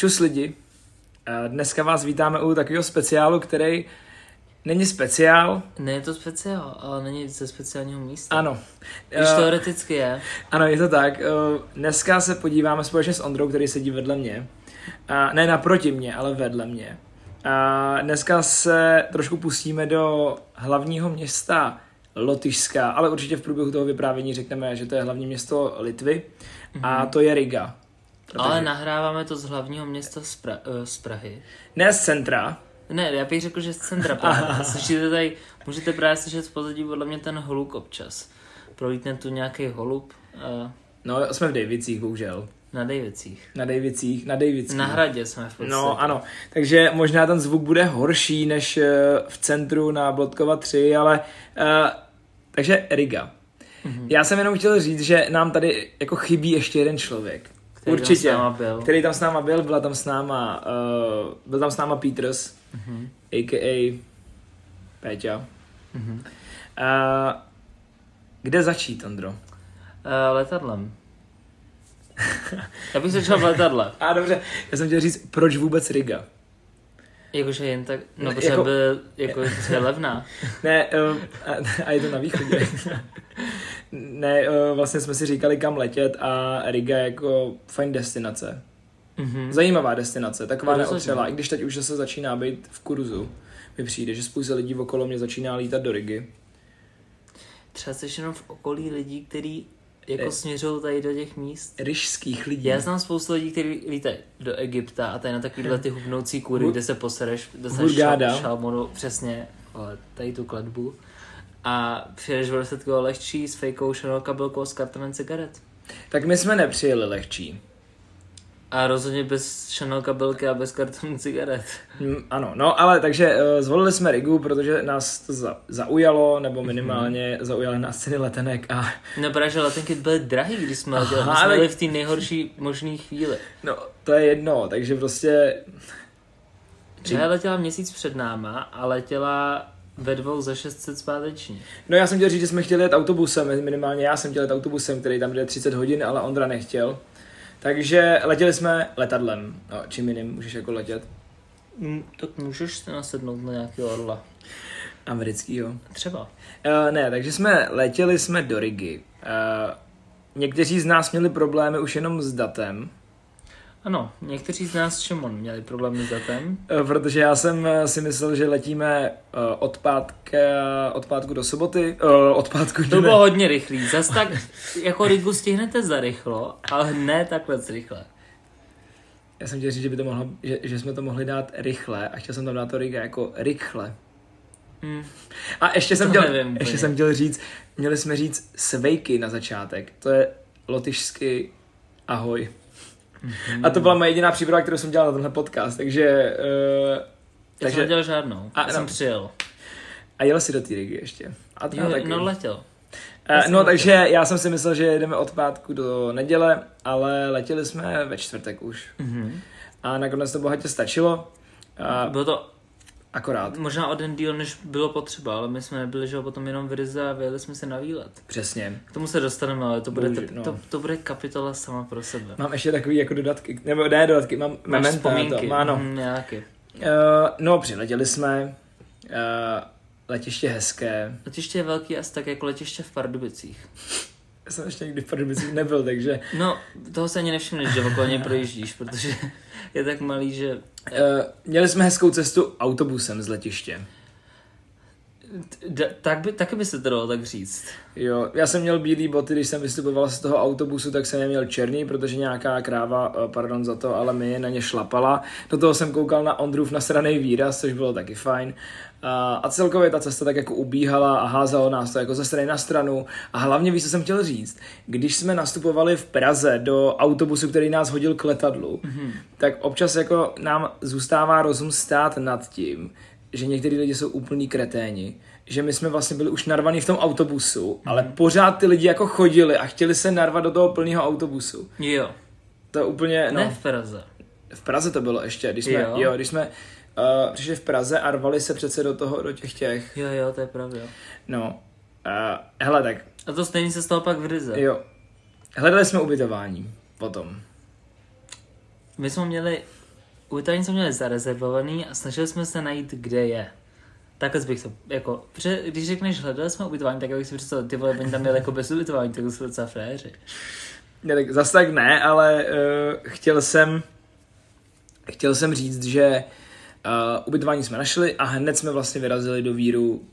Čus lidi, dneska vás vítáme u takového speciálu, který není speciál. Ne, je to speciál, ale není ze speciálního místa. Ano. Když teoreticky je. Ano, je to tak. Dneska se podíváme společně s Ondrou, který sedí vedle mě. Ne naproti mě, ale vedle mě. Dneska se trošku pustíme do hlavního města Lotyšska, ale určitě v průběhu toho vyprávění řekneme, že to je hlavní město Litvy a to je Riga. Ale nahráváme to z hlavního města z Prahy. Ne z centra. Ne, já bych řekl, že z centra Prahy. Slyšíte tady, můžete právě slyšet v pozadí podle mě ten holuk občas. Prolítne tu nějaký holub. No, jsme v Dejvicích, bohužel. Na Dejvicích. Na Dejvicích. Na Hradě jsme v podstatě. No, ano. Takže možná ten zvuk bude horší než v centru na Blodkova 3, ale takže Riga. Já jsem jenom chtěl říct, že nám tady jako chybí ještě jeden člověk. Určitě. Který tam s náma byl, byl tam s náma Peters, a.k.a. Péťa. Kde začít, Ondro? Letadlem. Já bych začal v letadle. Dobře, já jsem chtěl říct, proč vůbec Riga? Jakože jen tak, no protože je levná. Ne, a je to na východě. Ne, vlastně jsme si říkali, kam letět a Riga je jako fajn destinace. Zajímavá destinace, taková neotřelá. I když teď už se začíná být v kurzu. Mi přijde, že spousta lidí okolo mě začíná lítat do Rigy. Třeba jsi jenom v okolí lidí, kteří jako směřují tady do těch míst. Ryšských lidí. Já znám spoustu lidí, kteří lítají do Egypta a tady na takovýhle ty hubnoucí kůry, kde se posereš, dostaneš šalmonu, přesně, ale tady tu kletbu. A přijedeš v Rosetko lehčí s fejkou Chanel kabelkou s kartonem cigaret. Tak my jsme nepřijeli lehčí. A rozhodně bez Chanel kabelky a bez kartonu cigaret. Ano, no ale takže zvolili jsme Rigu, protože nás to zaujalo, nebo minimálně zaujaly nás ceny letenek a... No protože letenky byly drahý, když jsme letěli. My jsme byli v té nejhorší možné chvíli. No, to je jedno, takže prostě... Třeba letěla měsíc před náma a letěla ve 2 za 600 zpátečně. No já jsem chtěl říct, že jsme chtěli jet autobusem, minimálně já jsem chtěl jet autobusem, který tam jde 30 hodin, ale Ondra nechtěl. Takže letěli jsme letadlem. No, čím jiným můžeš jako letět? Tak můžeš se nasednout na nějaký orla. Americkýho. Třeba. Ne, takže letěli jsme do Rigy. Někteří z nás měli problémy už jenom s datem. Ano, někteří z nás Šimon měli problémy s datem. Protože já jsem si myslel, že letíme od pátku do soboty. To bylo hodně rychlý. Zas tak jako Rigu stihnete za rychlo, ale ne takhle rychle. Já jsem chtěl říct, že jsme to mohli dát rychle a chtěl jsem tam dát to Riga jako rychle. A ještě jsem chtěl říct, měli jsme říct svejky na začátek. To je lotyšsky ahoj. A to byla moje jediná příprava, kterou jsem dělal na tenhle podcast, takže... Já jsem nedělal žádnou, jsem přijel. A jel si do té Rigy ještě. Letěl. Takže já jsem si myslel, že jedeme od pátku do neděle, ale letěli jsme ve čtvrtek už. A nakonec to bohatě stačilo. Bylo to akorát. Možná o den díl, než bylo potřeba, ale my jsme nebyli, že potom jenom v Rize a vyjeli jsme se na výlet. Přesně. K tomu se dostaneme, ale to bude kapitola sama pro sebe. Mám ještě takový jako dodatky, nebo ne dodatky, mám mementa. Vzpomínky. Nějaký. Přiletěli jsme, letiště hezké. Letiště je velký asi tak jako letiště v Pardubicích. Já jsem ještě nikdy v Pardubicích nebyl, takže... No, toho se ani nevšimneš, že okolo něj projíždíš, protože je tak malý, že... Měli jsme hezkou cestu autobusem z letiště. Taky by se to dalo tak říct. Jo, já jsem měl bílý boty, když jsem vystupoval z toho autobusu, tak jsem je měl černý, protože nějaká kráva, pardon za to, ale mi na ně šlapala. Do toho jsem koukal na Ondrův nasranej výraz, což bylo taky fajn. A celkově ta cesta tak jako ubíhala a házalo nás to jako ze strany na stranu. A hlavně víš, co jsem chtěl říct, když jsme nastupovali v Praze do autobusu, který nás hodil k letadlu, tak občas jako nám zůstává rozum stát nad tím, že některý lidi jsou úplní kreténi, že my jsme vlastně byli už narvaní v tom autobusu, ale pořád ty lidi jako chodili a chtěli se narvat do toho plného autobusu. Jo. To úplně, Ne v Praze. V Praze to bylo ještě, když jsme přišli v Praze a rvali se přece do těch. Jo, to je pravda. No, hele tak. A to stejně se stalo pak v Rize. Jo. Hledali jsme ubytování potom. My jsme měli ubytování jsme měli zarezervovaný a snažili jsme se najít, kde je. Takhle bych to, jako, protože když řekneš, hledali jsme ubytování, tak bych si představil, ty vole, oni tam měli jako bez ubytování, tak to jsou docela fréři. Ne, tak zase tak ne, ale chtěl jsem říct, že ubytování jsme našli a hned jsme vlastně vyrazili do Víru.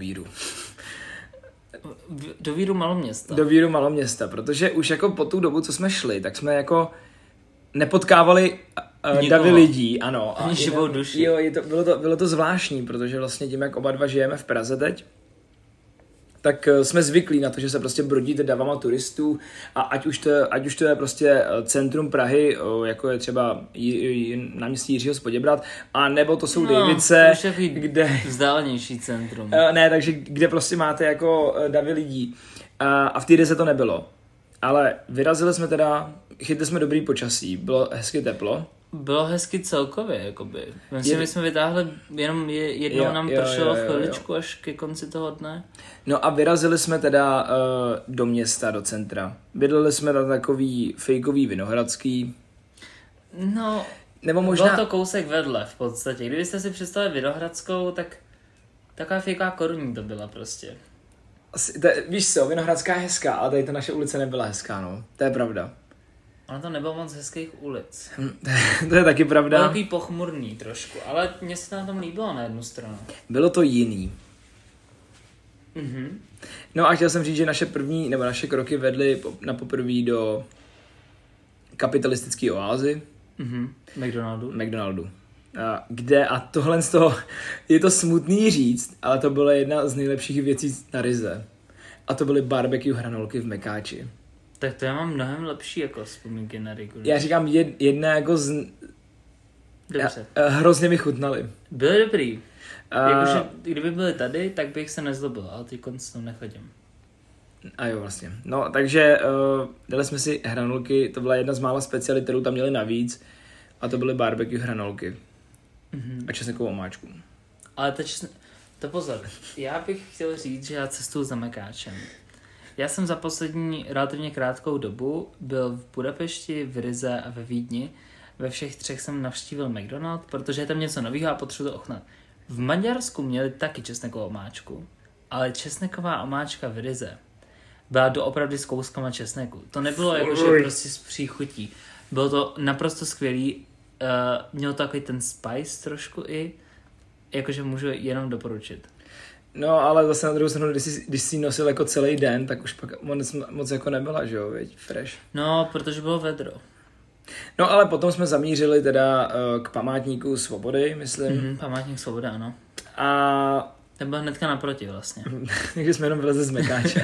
Do Víru Maloměsta. Do Víru Maloměsta, protože už jako po tu dobu, co jsme šli, tak jsme jako nepotkávali davy lidí, ano. Ani živou duši. Jo, bylo to zvláštní, protože vlastně tím, jak oba dva žijeme v Praze teď, tak jsme zvyklí na to, že se prostě brodíte davama turistů a ať už to je prostě centrum Prahy, jako je třeba náměstí Jiřího z Poděbrad, a nebo to jsou Dejvice, kde... vzdálenější centrum. Ne, takže kde prostě máte jako davy lidí. A v té Rize to nebylo. Ale vyrazili jsme teda, chytli jsme dobrý počasí, bylo hezky teplo. Bylo hezky celkově, jakoby. Myslím, my jsme vytáhli, jenom jednou nám pršelo v chviličku až ke konci toho dne. No a vyrazili jsme teda do města, do centra. Bydleli jsme na takový fejkový Vinohradský. No, nebo možná... byl to kousek vedle v podstatě. Kdybyste si představili Vinohradskou, tak taková fejková Korunní to byla prostě. Víš co, Vinohradská je hezká, ale tady ta naše ulice nebyla hezká, no. To je pravda. Ono to nebylo moc hezkých ulic. To je taky pravda. Bylo takový pochmurný trošku, ale mně se na tom líbilo na jednu stranu. Bylo to jiný. Mhm. No a chtěl jsem říct, že naše kroky vedly na poprvé do kapitalistické oázy. McDonaldu. A tohle z toho, je to smutný říct, ale to byla jedna z nejlepších věcí na Rize. A to byly barbecue hranolky v Mekáči. Tak to já mám mnohem lepší jako vzpomínky na Rigu. Já říkám jedna jako Dobře. Hrozně mi chutnaly. Byly dobrý. Jakože, kdyby byly tady, tak bych se nezlobil, ale ty konc tam nechodím. A jo, vlastně. No, takže dali jsme si hranolky, to byla jedna z mála specialit, kterou tam měli navíc, a to byly barbecue hranolky. Mm-hmm. A česnekovou omáčku. Ale to pozor, já bych chtěl říct, že já cestuju za Mekáčem. Já jsem za poslední relativně krátkou dobu byl v Budapešti, v Rize a ve Vídni. Ve všech třech jsem navštívil McDonald, protože je tam něco nového a potřebuji to ochutnat. V Maďarsku měli taky česnekovou omáčku, ale česneková omáčka v Rize byla doopravdy s kouskama česneku. To nebylo jakože prostě s příchutí. Bylo to naprosto skvělý, mělo to takový ten spice trošku i, jakože můžu jenom doporučit. No, ale zase na druhou stranu, když jsi nosil jako celý den, tak už pak moc jako nebyla, že jo, veď, fresh. No, protože bylo vedro. No, ale potom jsme zamířili teda k památníku Svobody, myslím. Památník Svobody, ano. A... Ten byl hnedka naproti vlastně. Takže jsme jenom vylezli z Mekáče.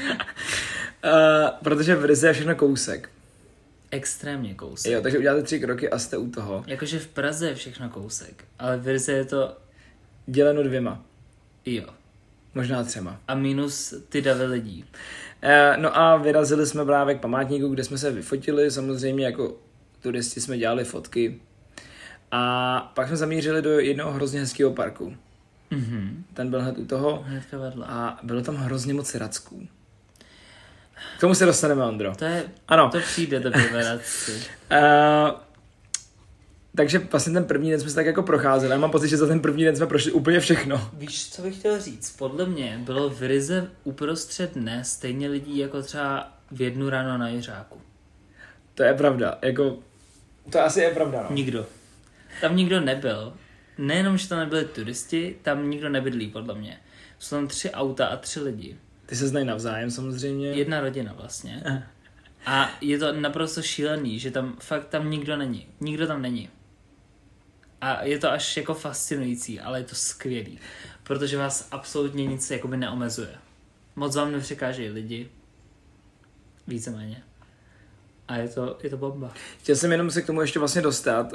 Protože v Rize je všechno kousek. Extrémně kousek. Jo, takže uděláte 3 kroky a jste u toho. Jakože v Praze je všechno kousek, ale v Rize je to... Děleno 2. Jo. Možná 3. A minus ty davy lidí. No a vyrazili jsme právě k památníku, kde jsme se vyfotili, samozřejmě jako turisti jsme dělali fotky. A pak jsme zamířili do jednoho hrozně hezkého parku. Mm-hmm. Ten byl hned u toho. Hnedka vedle. A bylo tam hrozně moc racků. K tomu se dostaneme, Ondro. To přijde do radci. Takže vlastně ten první den jsme se tak jako procházeli. Já mám pocit, že za ten první den jsme prošli úplně všechno. Víš, co bych chtěl říct? Podle mě bylo v Rize uprostřed dne stejně lidí jako třeba v 1 ráno na Jiřáku. To je pravda. Jako, to asi je pravda, no. Nikdo. Tam nikdo nebyl. Nejenom, že tam nebyli turisti, tam nikdo nebydlí, podle mě. Jsou tam 3 auta a 3 lidi. Ty se znají navzájem, samozřejmě. 1 rodina vlastně. A je to naprosto šílený, že tam nikdo není. Nikdo tam není. A je to až jako fascinující, ale je to skvělý. Protože vás absolutně nic jakoby neomezuje. Moc vám nepřekážejí lidi. Víceméně. A je to bomba. Chtěl jsem jenom se k tomu ještě vlastně dostat,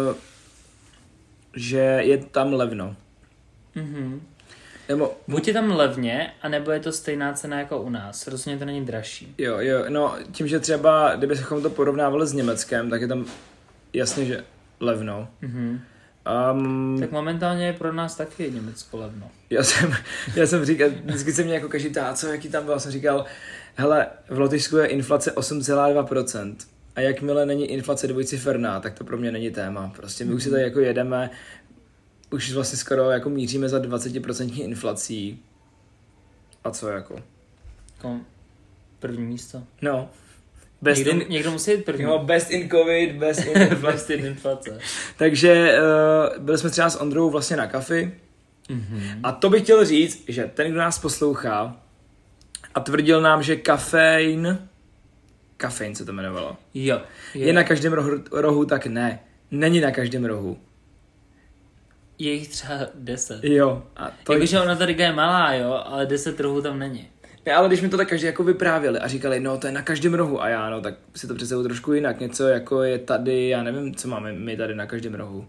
že je tam levno. Mhm. Buď je tam levně, anebo je to stejná cena jako u nás. Rozhodně to není dražší. Jo, no tím, že třeba, kdybychom to porovnávali s Německem, tak je tam jasně, že levno. Mhm. Tak momentálně je pro nás taky Německo levno. Já jsem říkal, vždycky se mě jako každý jaký tam byl, jsem říkal, hele, v Lotyšsku je inflace 8,2%. a jakmile není inflace dvojciferná, tak to pro mě není téma. Prostě my už si tady jako jedeme, už vlastně skoro jako míříme za 20% inflací. A co jako? První místo. No. Někdo musí jít první. No, best in covid, best in inflace. Best in inflace. Takže byli jsme třeba s Ondrou vlastně na kafi. A to bych chtěl říct, že ten, kdo nás poslouchá a tvrdil nám, že kafein se to jmenovalo. Jo. Je na každém rohu, tak ne. Není na každém rohu. Je jich třeba 10. Jo. Jakože ona ta riga je malá, jo, ale 10 rohů tam není. Ne, ale když mi to tak každý jako vyprávěli a říkali, no to je na každém rohu a já, no tak si to představuji trošku jinak. Něco jako je tady, já nevím, co máme my tady na každém rohu.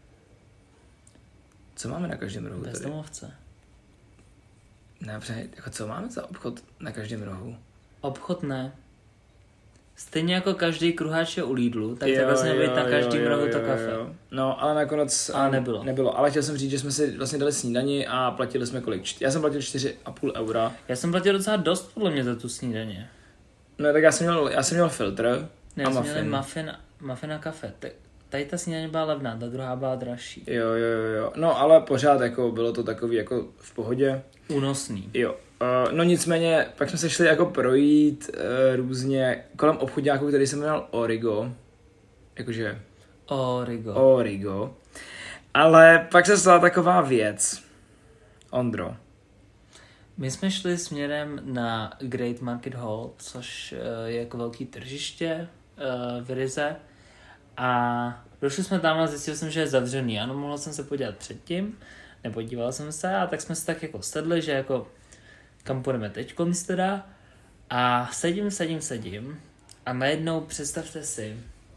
Co máme na každém rohu tady? Bezdomovce. Ne, jako co máme za obchod na každém rohu? Obchod ne. Stejně jako každý kruháč je u Lidlu, tak to vlastně být na každém rohu to kafe. Jo. No, ale nakonec nebylo. Ale chtěl jsem říct, že jsme si vlastně dali snídani a platili jsme kolik? Já jsem platil 4,5 eura. Já jsem platil docela dost podle mě za tu snídaně. No tak já jsem měl filtr a muffin. Muffin a kafe. Tady ta snídaně byla levná, ta druhá byla dražší. Jo. No ale pořád jako bylo to takový jako v pohodě. Únosný. Jo. No nicméně, pak jsme se šli jako projít různě kolem obchodňáku, který se jmenoval Origo. Jakože... Origo. Ale pak se stala taková věc. Ondro. My jsme šli směrem na Great Market Hall, což je jako velký tržiště v Rize. A došli jsme tam a zjistil jsem, že je zavřený. Ano, mohl jsem se podívat předtím, nepodíval jsem se a tak jsme se tak jako sedli, že jako kam půjdeme teďkonc teda. A sedím a najednou představte si,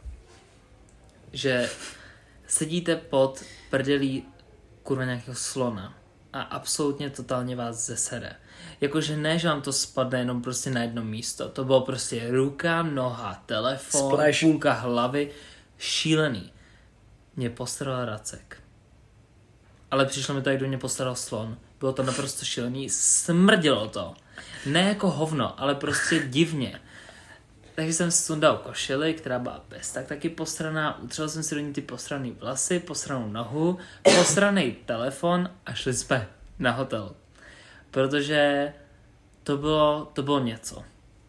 že sedíte pod prdelí kurva nějakého slona a absolutně totálně vás zesere. Jakože ne, že vám to spadne jenom prostě na jedno místo. To bylo prostě ruka, noha, telefon, Splash. půlka hlavy. Šílený. Mě postaral Racek. Ale přišlo mi to, jak do mě postaral slon. Bylo to naprosto šílený. Smrdilo to. Ne jako hovno, ale prostě divně. Takže jsem sundal košili, která byla bez tak taky posraná. Utřel jsem si do ní ty posraný vlasy, posranou nohu, posraný telefon a šli jsme na hotel. Protože to bylo něco.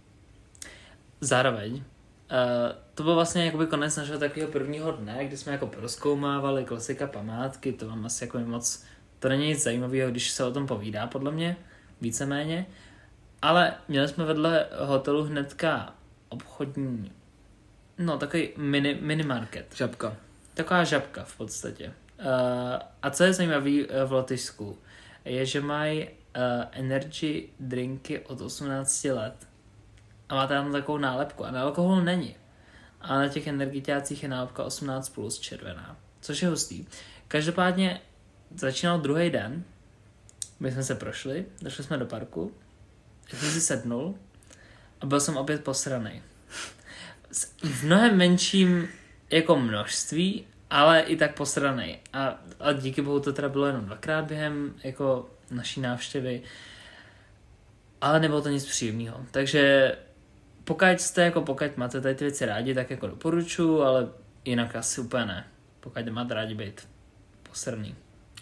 Zároveň to byl vlastně jakoby konec našeho takového prvního dne, kdy jsme jako prozkoumávali klasika památky, to vám asi jako moc, to není nic zajímavého, když se o tom povídá, podle mě, víceméně, ale měli jsme vedle hotelu hnedka obchodní, no takový mini market. Žabka. Taková žabka v podstatě. A co je zajímavé v Lotyšsku, je, že mají energy drinky od 18 let. A má tam takovou nálepku. A na alkohol není. A na těch energiťácích je nálepka 18 plus červená. Což je hustý. Každopádně začínal druhý den. My jsme se prošli. Došli jsme do parku. Já jsem si sednul. A byl jsem opět posranej. V mnohem menším jako množství, ale i tak posranej. A díky bohu to teda bylo jenom 2krát během jako naší návštěvy. Ale nebylo to nic příjemného. Takže pokud máte tady ty věci rádi, tak jako doporučuji, ale jinak asi úplně ne. Pokud máte rádi být posrný.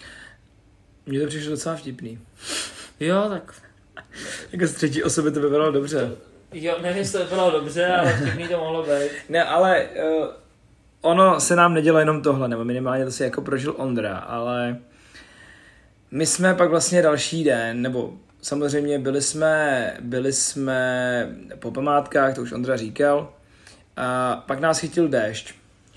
Mně to přišlo docela vtipný. Jo, tak... Jako z třetí osoby to vypadalo dobře. Jo, nevím, jestli to vypadalo dobře, ale vtipný to mohlo být. Ne, ale ono se nám nedělo jenom tohle, nebo minimálně to si jako prožil Ondra, ale my jsme pak vlastně další den, nebo samozřejmě byli jsme po památkách, to už Ondra říkal, a pak nás chytil déšť.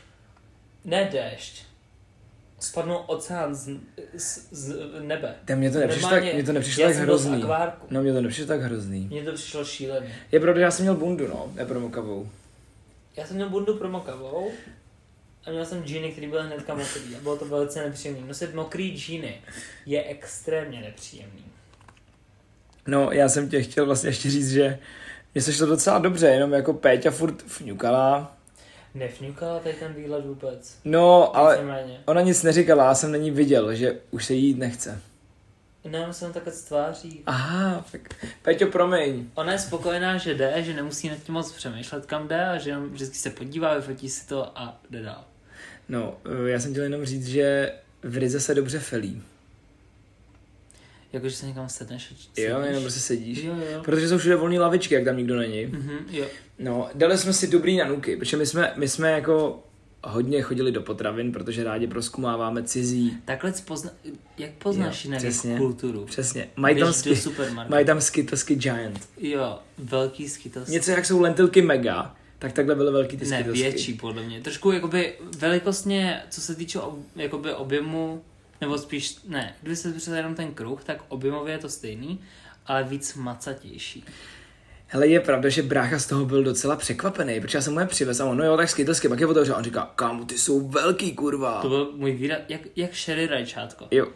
Ne déšť. Spadnul oceán z nebe. Mně to nepřišlo tak hrozný. No, mně to nepřišlo tak hrozný. Mně to přišlo šílený. Je pravda, já jsem měl bundu, no, nepromokavou. Já jsem měl bundu promokavou a měl jsem džíny, který byly hnedka mokrý a bylo to velice nepříjemný. Nosit mokrý džíny je extrémně nepříjemný. No, já jsem tě chtěl vlastně ještě říct, že mně se šlo docela dobře, jenom jako Péťa furt fňukala. Nefňukala tady ten výlet vůbec. No, ale ona nic neříkala, já jsem na ní viděl, že už se jí jít nechce. Ne, jsem takhle tváří. Aha, tak Peťo, promiň. Ona je spokojená, že jde, že nemusí nad tím moc přemýšlet, kam jde a že vždycky se podívá, vyfotí si to a jde dál. No, já jsem chtěl jenom říct, že v Rize se dobře felí. Jakože se někam sedneš? Jo, jenom prostě sedíš. Jo. Protože jsou všude volné lavičky, jak tam nikdo není. Jo. No, dali jsme si dobrý nanuky, protože my jsme jako hodně chodili do potravin, protože rádi prozkumáváme cizí. Takhle jak poznáš jinak kulturu? Přesně. Mají tam skittlesky Giant. Jo, velký skittlesky. Něco jak jsou lentilky Mega, tak takhle byly velký ty skittlesky. Ne, větší podle mě. Trošku jakoby velikostně, co se týče jakoby objemu, nebo spíš, ne, kdyby se přesal jenom ten kruh, tak objemově je to stejný, ale víc macatější. Hele, je pravda, že brácha z toho byl docela překvapený, protože já jsem mu je přivez a on, no jo, tak skittlesky, pak je otevřel a on říká, kámo, ty jsou velký, kurva. To byl můj výraz, jak sherry rajčátko. Jo.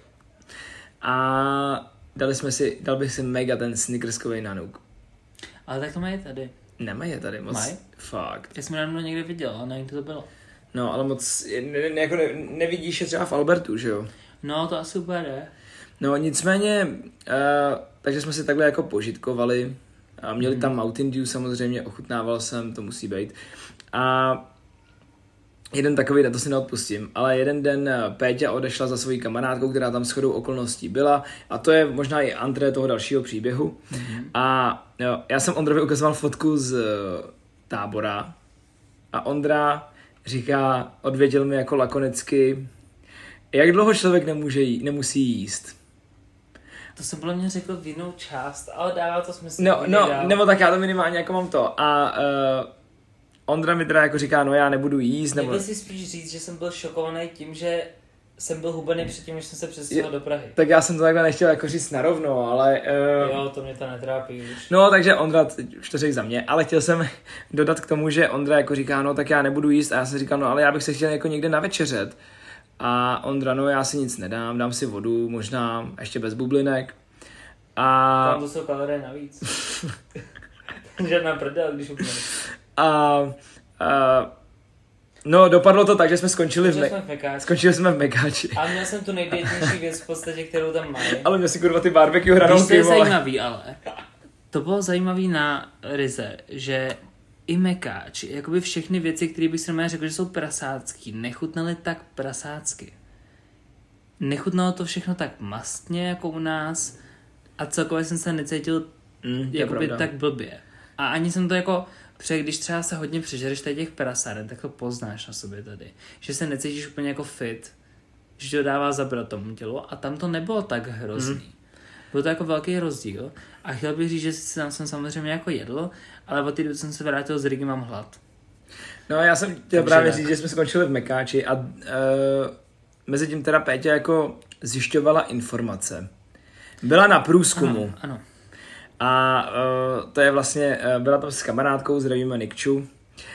A dal bych si mega ten snickerskovej nanuk. Ale tak to mají tady. Nemají je tady moc. Mají? Fakt. Já jsem nedávno někde viděl, ale nevím, to bylo. No, ale moc, nevidíš je třeba v Albertu, že jo? No, to asi úplně ne. No, nicméně, takže jsme si takhle jako požitkovali. A měli tam Mountain Dew samozřejmě, ochutnával jsem, to musí být. A jeden takový, to si neodpustím, ale jeden den Péťa odešla za svojí kamarádkou, která tam shodou okolností byla a to je možná i antré toho dalšího příběhu. A jo, já jsem Ondrovi ukazoval fotku z Tábora a Ondra říká, odvěděl mi jako lakonicky, jak dlouho člověk nemusí jíst. To jsem podle mě řekl v jinou část, ale dává to smysl. No, nebo tak já to minimálně jako mám to. A Ondra mi teda jako říká, no já nebudu jíst. Nebo si spíš říct, že jsem byl šokovaný tím, že jsem byl hubený předtím, než jsem se přestěhoval do Prahy. Tak já jsem to takhle nechtěl jako říct narovno, ale... Jo, to mě to netrápí už. No, takže Ondra, už to řekl za mě, ale chtěl jsem dodat k tomu, že Ondra jako říká, no tak já nebudu jíst a já jsem říkal, no ale já bych se chtěl jako někde navečeřet. A Ondra, no já si nic nedám, dám si vodu, možná ještě bez bublinek. A... Tam to jsou kalorie navíc. Žádná prdel, když úplně. No, dopadlo to tak, že jsme skončili Skončili jsme v Mekáči. A měl jsem tu nejdietnější věc v podstatě, kterou tam mají. Ale měl si kurva ty barbecue hranolky. To je zajímavý, ale to bylo zajímavý na Rize, že i Mekáč, jakoby všechny věci, které bych si normálně řekl, že jsou prasácký, nechutnaly tak prasácky. Nechutnalo to všechno tak mastně, jako u nás, a celkově jsem se necítil jakoby tak blbě. A ani jsem to jako, protože když třeba se hodně přežereš tady těch prasáren, tak to poznáš na sobě tady. Že se necítíš úplně jako fit, že to dává zabrat tomu tělu a tam to nebylo tak hrozný. Byl to jako velký rozdíl a chtěl bych říct, že si tam jsem samozřejmě jako jedl, ale od té doby jsem se vrátil z Rigy, mám hlad. No já jsem chtěl právě říct, že jsme skončili v Mekáči a mezi tím teda Péťa jako zjišťovala informace. Byla na průzkumu. Ano. A to je vlastně, byla tam s kamarádkou, zdravíme Nikču,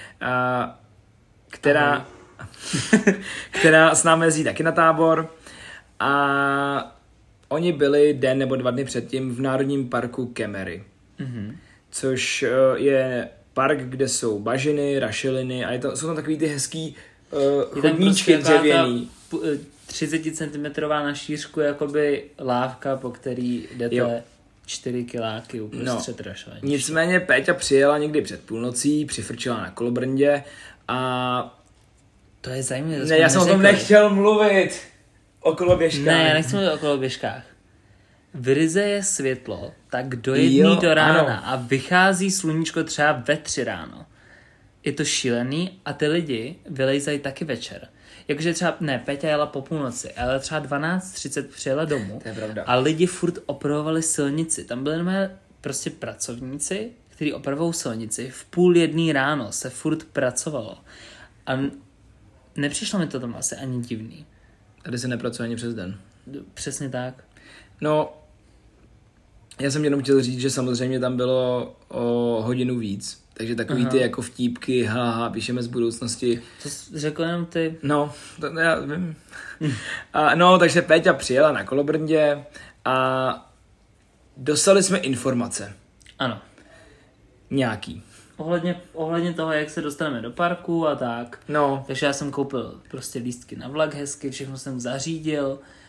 která s námi jezdí taky na tábor a oni byli den nebo 2 dny předtím v Národním parku Kemery, což je park, kde jsou bažiny, rašeliny a jsou tam takový ty hezký chodníčky dřevěný. 30 cm na šířku jakoby lávka, po který jdete 4 kiláky uprostřed rašelení. Nicméně Péťa přijela někdy před půlnocí, přifrčila na Kolobrndě a... To je zajímavé. Ne, já jsem o tom nechtěl mluvit. O koloběžkách. Ne, já nechci mluvit o koloběžkách. V Rize je světlo, tak do 1 do rána a vychází sluníčko třeba ve 3 ráno. Je to šílený a ty lidi vylejzají taky večer. Jakože třeba, Péťa jela po půlnoci, ale třeba 12:30 přijela domů a lidi furt opravovali silnici. Tam byli prostě pracovníci, kteří opravovali silnici. V 12:30 ráno se furt pracovalo. A nepřišlo mi to tam asi ani divný. Tady se nepracuje ani přes den. Přesně tak. No, já jsem jenom chtěl říct, že samozřejmě tam bylo o hodinu víc. Takže takový ty jako vtípky, píšeme z budoucnosti. To jsi řekl jenom ty. No, to já vím. Takže Péťa přijela na Kolobrndě a dostali jsme informace. Ano. Nějaký. Ohledně toho, jak se dostaneme do parku a tak. No. Takže já jsem koupil prostě lístky na vlak hezky, všechno jsem zařídil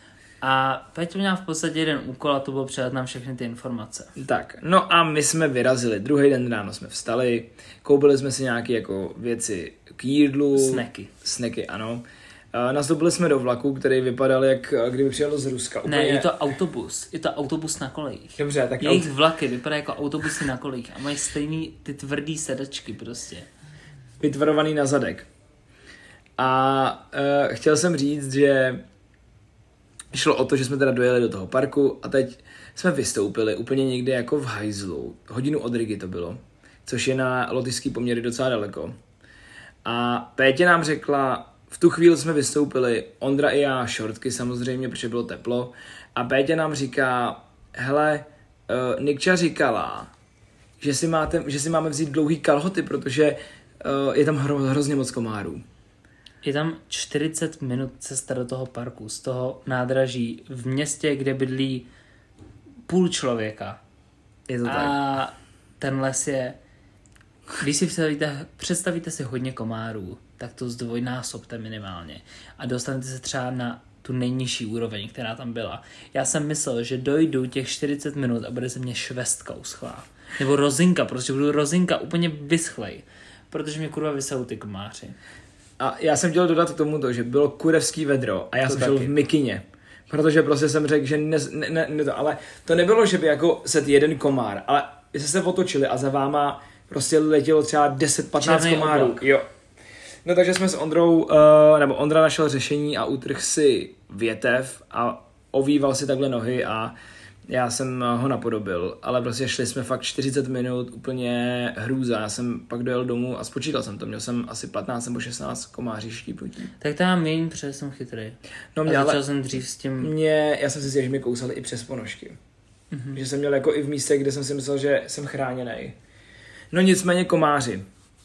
A Peťa měla v podstatě jeden úkol a to bylo předat nám všechny ty informace. Tak, no a my jsme vyrazili. Druhý den ráno jsme vstali, koupili jsme si nějaké jako věci k jídlu. Snacky, ano. Nastoupili jsme do vlaku, který vypadal jak kdyby přijel z Ruska. Úplně... Ne, je to autobus. Je to autobus na kolejích. Dobře, tak jejich vlaky vypadají jako autobusy na kolejích a mají stejný ty tvrdý sedačky prostě. Vytvarovaný na zadek. A chtěl jsem říct, že šlo o to, že jsme teda dojeli do toho parku a teď jsme vystoupili úplně někde jako v hajzlu. Hodinu od Rigy to bylo, což je na lotyšský poměry docela daleko. A Pétě nám řekla, v tu chvíli jsme vystoupili, Ondra i já, šortky samozřejmě, protože bylo teplo. A Pétě nám říká, hele, Nikča říkala, že si máme vzít dlouhý kalhoty, protože je tam hrozně moc komárů. Je tam 40 minut cesta do toho parku, z toho nádraží v městě, kde bydlí půl člověka. Je to tak. A ten les je, když si představíte si hodně komárů, tak to zdvojnásobte minimálně. A dostanete se třeba na tu nejnižší úroveň, která tam byla. Já jsem myslel, že dojdu těch 40 minut a bude se mě švestka uschlá. Nebo rozinka, protože budu rozinka úplně vyschlej. Protože mě kurva vysou ty komáři. A já jsem chtěl dodat k tomu to, že bylo kurevský vedro a já jsem šel v mikině. Protože prostě jsem řekl, že ale to nebylo, že by jako set jeden komár, ale jste se otočili a za váma prostě letělo třeba 10-15 komárů. Oblak. Jo. No takže jsme s Ondrou, nebo Ondra našel řešení a utrhl si větev a ovýval si takhle nohy a já jsem ho napodobil, ale prostě šli jsme fakt 40 minut, úplně hrůza. Já jsem pak dojel domů a spočítal jsem to, měl jsem asi 15 nebo 16 komáří štípnutí. Tak to já měním, protože jsem chytrý. No a začal jsem dřív s tím... Já jsem si zjistil, že mě kousali i přes ponožky. Mm-hmm. Že jsem měl jako i v místě, kde jsem si myslel, že jsem chráněný. No nicméně komáři.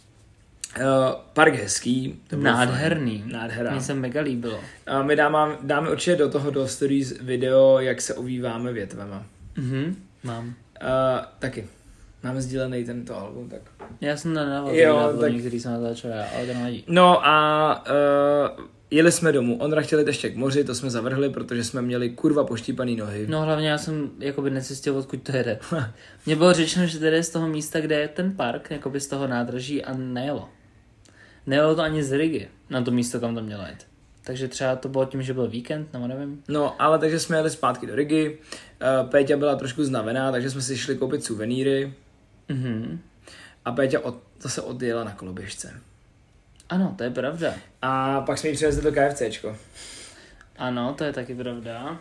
Park hezký. To nádherný. Nádhera. Mně se mega líbilo. My dáme určitě do stories video, jak se ovýváme větvema. Mám. Taky. Máme sdílený tento album, tak. Já jsem nedával tak... některý jsem natáčel, ale to nevadí. No a jeli jsme domů. Ondra chtěl jít ještě k moři, to jsme zavrhli, protože jsme měli kurva poštípaný nohy. No hlavně já jsem jakoby necystil, odkud to jede. Mně bylo řečeno, že to jde z toho místa, kde je ten park, jakoby z toho nádraží a nejelo. Nejelo to ani z Rigy, na to místo, kam to mělo jít. Takže třeba to bylo tím, že byl víkend, nebo nevím. No, ale takže jsme jeli zpátky do Rigy. Péťa byla trošku znavená, takže jsme si šli koupit suvenýry. Mm-hmm. A Péťa zase odjela na koloběžce. Ano, to je pravda. A pak jsme jí přivezli do KFCčko. Ano, to je taky pravda.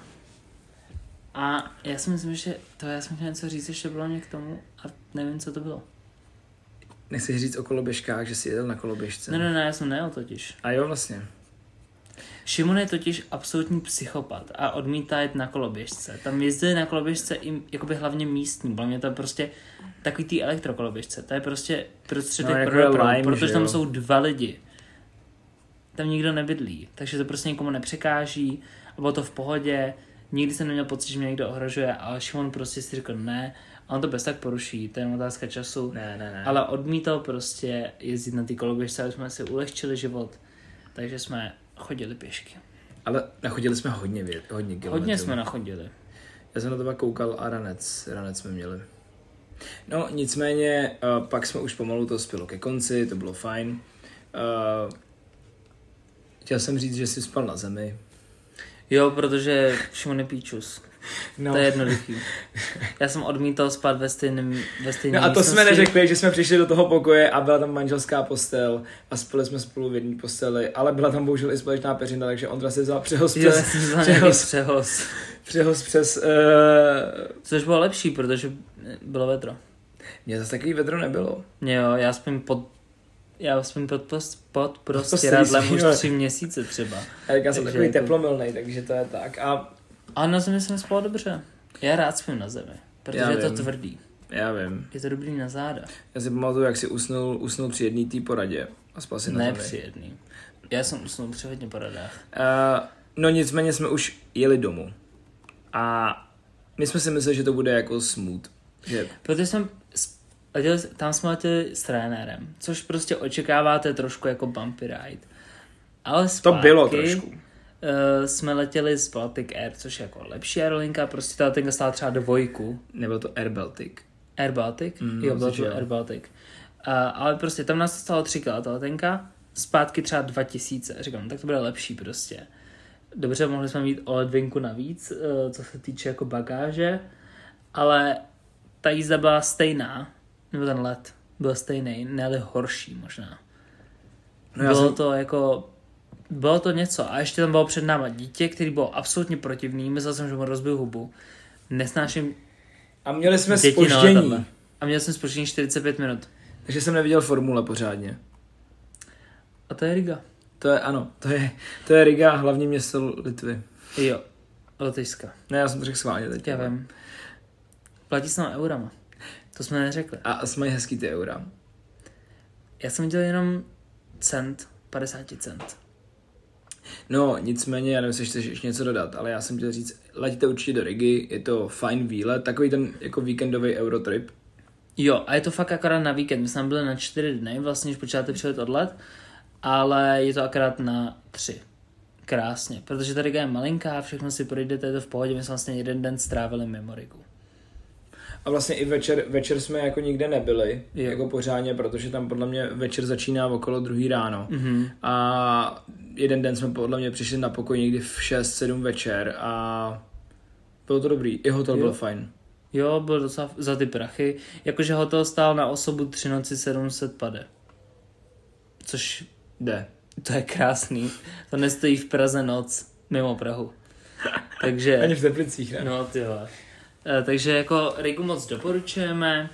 A já si myslím, že já jsem chtěl něco říct, ještě bylo mě k tomu a nevím, co to bylo. Nechceš říct o koloběžkách, že jsi jedl na koloběžce? Ne, já jsem nejel totiž. A jo, vlastně. Šimon je totiž absolutní psychopat a odmítá jít na koloběžce. Tam jezdili na koloběžce i jakoby hlavně místní, bylo mě to prostě takový tý elektrokoloběžce. To je prostě prostředek pro dopravu, protože tam jsou 2 lidi. Tam nikdo nebydlí, takže to prostě nikomu nepřekáží a bylo to v pohodě. Nikdy jsem neměl pocit, že mě někdo ohrožuje, ale Šimon prostě si řekl ne. A on to bez tak poruší, to je otázka času. Ne. Ale odmítal prostě jezdit na ty koloběžce, aby jsme si ulehčili život. Takže jsme chodili pěšky. Ale nachodili jsme hodně kilometrů. Hodně jsme nachodili. Já jsem na to chkoukal a ranec jsme měli. No nicméně, pak jsme už pomalu to spělo ke konci, to bylo fajn. Chtěl jsem říct, že jsi spal na zemi. Jo, protože Šimon je píčus. No. To je jednoduchý. Já jsem odmítal spát ve stejné No a to jsme neřekli, že jsme přišli do toho pokoje a byla tam manželská postel a spali jsme spolu v jedné posteli, ale byla tam bohužel i společná peřina, takže Ondra si vzal přehoz přes... Což bylo lepší, protože bylo vedro. Mně zase takový vedro nebylo. Jo, já spím pod prostěradlem už 3 měsíce třeba. A já jsem takový teplomilnej, takže to je tak. A na zemi jsem spal dobře. Já rád spím na zemi, protože je to tvrdý. Já vím. Je to dobrý na záda. Já si pamatuju, jak jsi usnul při jedné té poradě a spal si na zemi. Ne při jedný. Já jsem usnul při hodně poradách. No nicméně jsme už jeli domů. A my jsme si mysleli, že to bude jako smooth. Že... Protože tam jsme letěli s trenérem, což prostě očekáváte trošku jako bumpy ride. Ale zpátky, to bylo trošku. jsme letěli z Baltic Air, což je jako lepší aerolinka, prostě ta letenka stála třeba 2. Nebylo to Air Baltic. Air Baltic? Jo, bylo to Air Baltic. Ale prostě tam nás to stalo 3krát ta letenka, zpátky třeba 2000. Říkám, tak to bude lepší prostě. Dobře, mohli jsme mít o ledvinku navíc, co se týče jako bagáže, ale ta jízda byla stejná, nebo ten let byl stejný, ne horší možná. Bylo to něco. A ještě tam bylo před náma dítě, který byl absolutně protivný. Myslel jsem, že mu rozbil hubu. Nesnáším. A měli jsme zpoždění. A měli jsme zpoždění 45 minut. Takže jsem neviděl formule pořádně. A to je Riga. To je Riga, hlavní město Litvy. Jo, Lotyšska. Ne, já jsem to řekl schválně teď. Já vím. Platí se na eurama. To jsme neřekli. A mají hezký ty eura. Já jsem viděl jenom 50 cent. No, nicméně, já nevím, jestli chceš ještě něco dodat, ale já jsem chtěl říct, letíte určitě do Rigi, je to fajn výlet, takový ten jako víkendový Eurotrip. Jo, a je to fakt akorát na víkend, my jsme byli na 4 dny, vlastně, když počítáte přilet odlet, ale je to akorát na 3. Krásně, protože ta Riga je malinká, všechno si projdete, je to v pohodě, my jsme vlastně 1 den strávili mimo Rigu. A vlastně i večer jsme jako nikde nebyli, jako pořádně, protože tam podle mě večer začíná okolo 2 ráno. Mm-hmm. A 1 den jsme podle mě přišli na pokoj někdy v 6-7 večer a bylo to dobrý. I hotel byl fajn. Jo, byl docela za ty prachy. Jakože hotel stál na osobu 3 noci 700 pade. Což jde. To je krásný. To nestojí v Praze noc mimo Prahu. Takže ani v Teplicích, ne? No ty vole. Takže jako Rigu moc doporučujeme.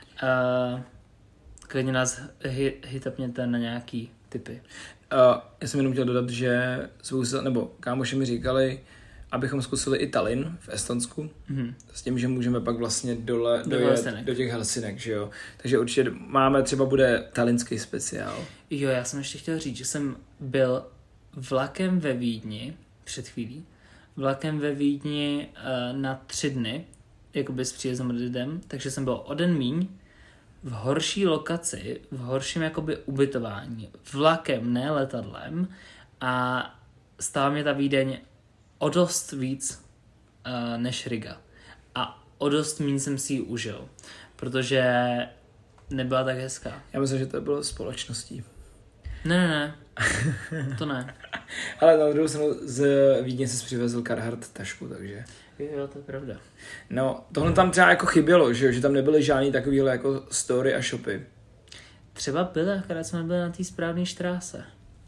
Klidně nás hitapněte na nějaký tipy. Já jsem jenom chtěl dodat, že kámoši mi říkali, abychom zkusili i Tallinn v Estonsku. Mm-hmm. S tím, že můžeme pak vlastně dojet do těch Helsinek, že jo. Takže určitě bude tallinský speciál. Jo, já jsem ještě chtěl říct, že jsem byl vlakem ve Vídni, před chvílí, na 3 dny, jakoby s příjezdem lidem, takže jsem byl o den míň, v horší lokaci, v horším jakoby ubytování, vlakem, ne letadlem, a stála mě ta Vídeň o dost víc než Riga. A o dost míň jsem si ji užil, protože nebyla tak hezká. Já myslím, že to bylo společností. Ne, to ne. Ale na druhou stranu z Vídně se přivezl Carhartt tašku, takže... Jo, to je pravda. No, tohle tam třeba jako chybělo, že tam nebyly žádný takovýhle jako story a shopy. Třeba byly, akorát jsme byli na té správné štráse.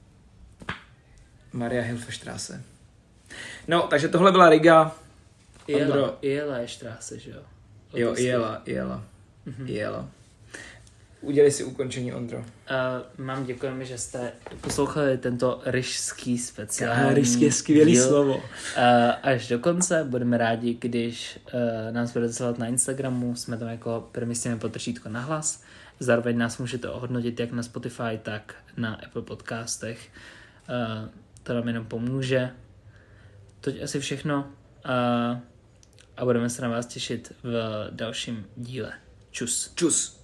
Maria Hilfe-Straße. No, takže tohle byla Riga. Jela je štráse, že jo? Jo, jela. Jela. Udělej si ukončení, Ondro. Děkujeme, že jste poslouchali tento ryšský speciál. Ryšský je skvělý slovo. Až do konce. Budeme rádi, když nás budete sledovat na Instagramu. Jsme tam jako přemístěné potržítko na hlas. Zároveň nás můžete ohodnotit jak na Spotify, tak na Apple podcastech. To nám jenom pomůže. To je asi všechno. A budeme se na vás těšit v dalším díle. Čus.